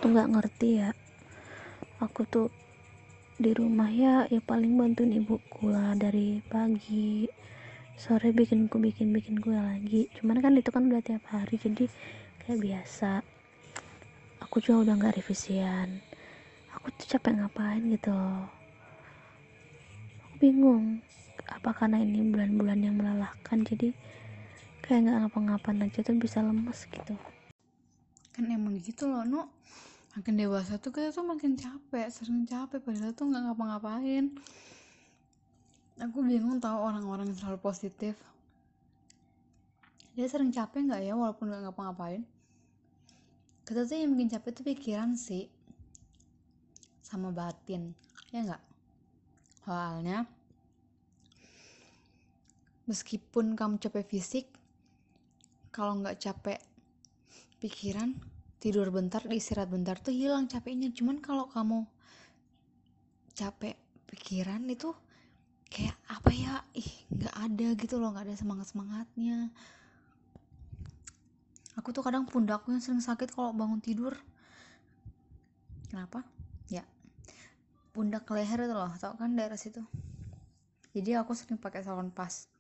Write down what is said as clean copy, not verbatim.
nggak ngerti ya. Aku tuh di rumah ya paling bantuin ibuku lah, dari pagi sore bikin kue lagi. Cuman kan itu kan udah tiap hari, jadi kayak biasa. Aku juga udah nggak revisian. Aku tuh capek ngapain gitu loh. Aku bingung, apa karena ini bulan-bulan yang melelahkan, jadi kayak nggak ngapa-ngapain aja tuh bisa lemes gitu. Kan emang gitu loh, No. Makin dewasa tuh kita tuh makin capek, sering capek, padahal tuh nggak ngapa-ngapain. Aku bingung tahu orang-orang yang selalu positif. Dia sering capek nggak ya walaupun nggak ngapa-ngapain? Kita tuh yang bikin capek tuh pikiran sih, sama batin, ya nggak? Soalnya meskipun kamu capek fisik, kalau nggak capek pikiran, tidur bentar, istirahat bentar tuh hilang capeknya. Cuman kalau kamu capek pikiran itu kayak apa ya, nggak ada gitu loh, nggak ada semangatnya. Aku tuh kadang pundakku yang sering sakit kalau bangun tidur. Kenapa? Ya, pundak leher itu loh, tau kan daerah situ. Jadi aku sering pakai salon pas.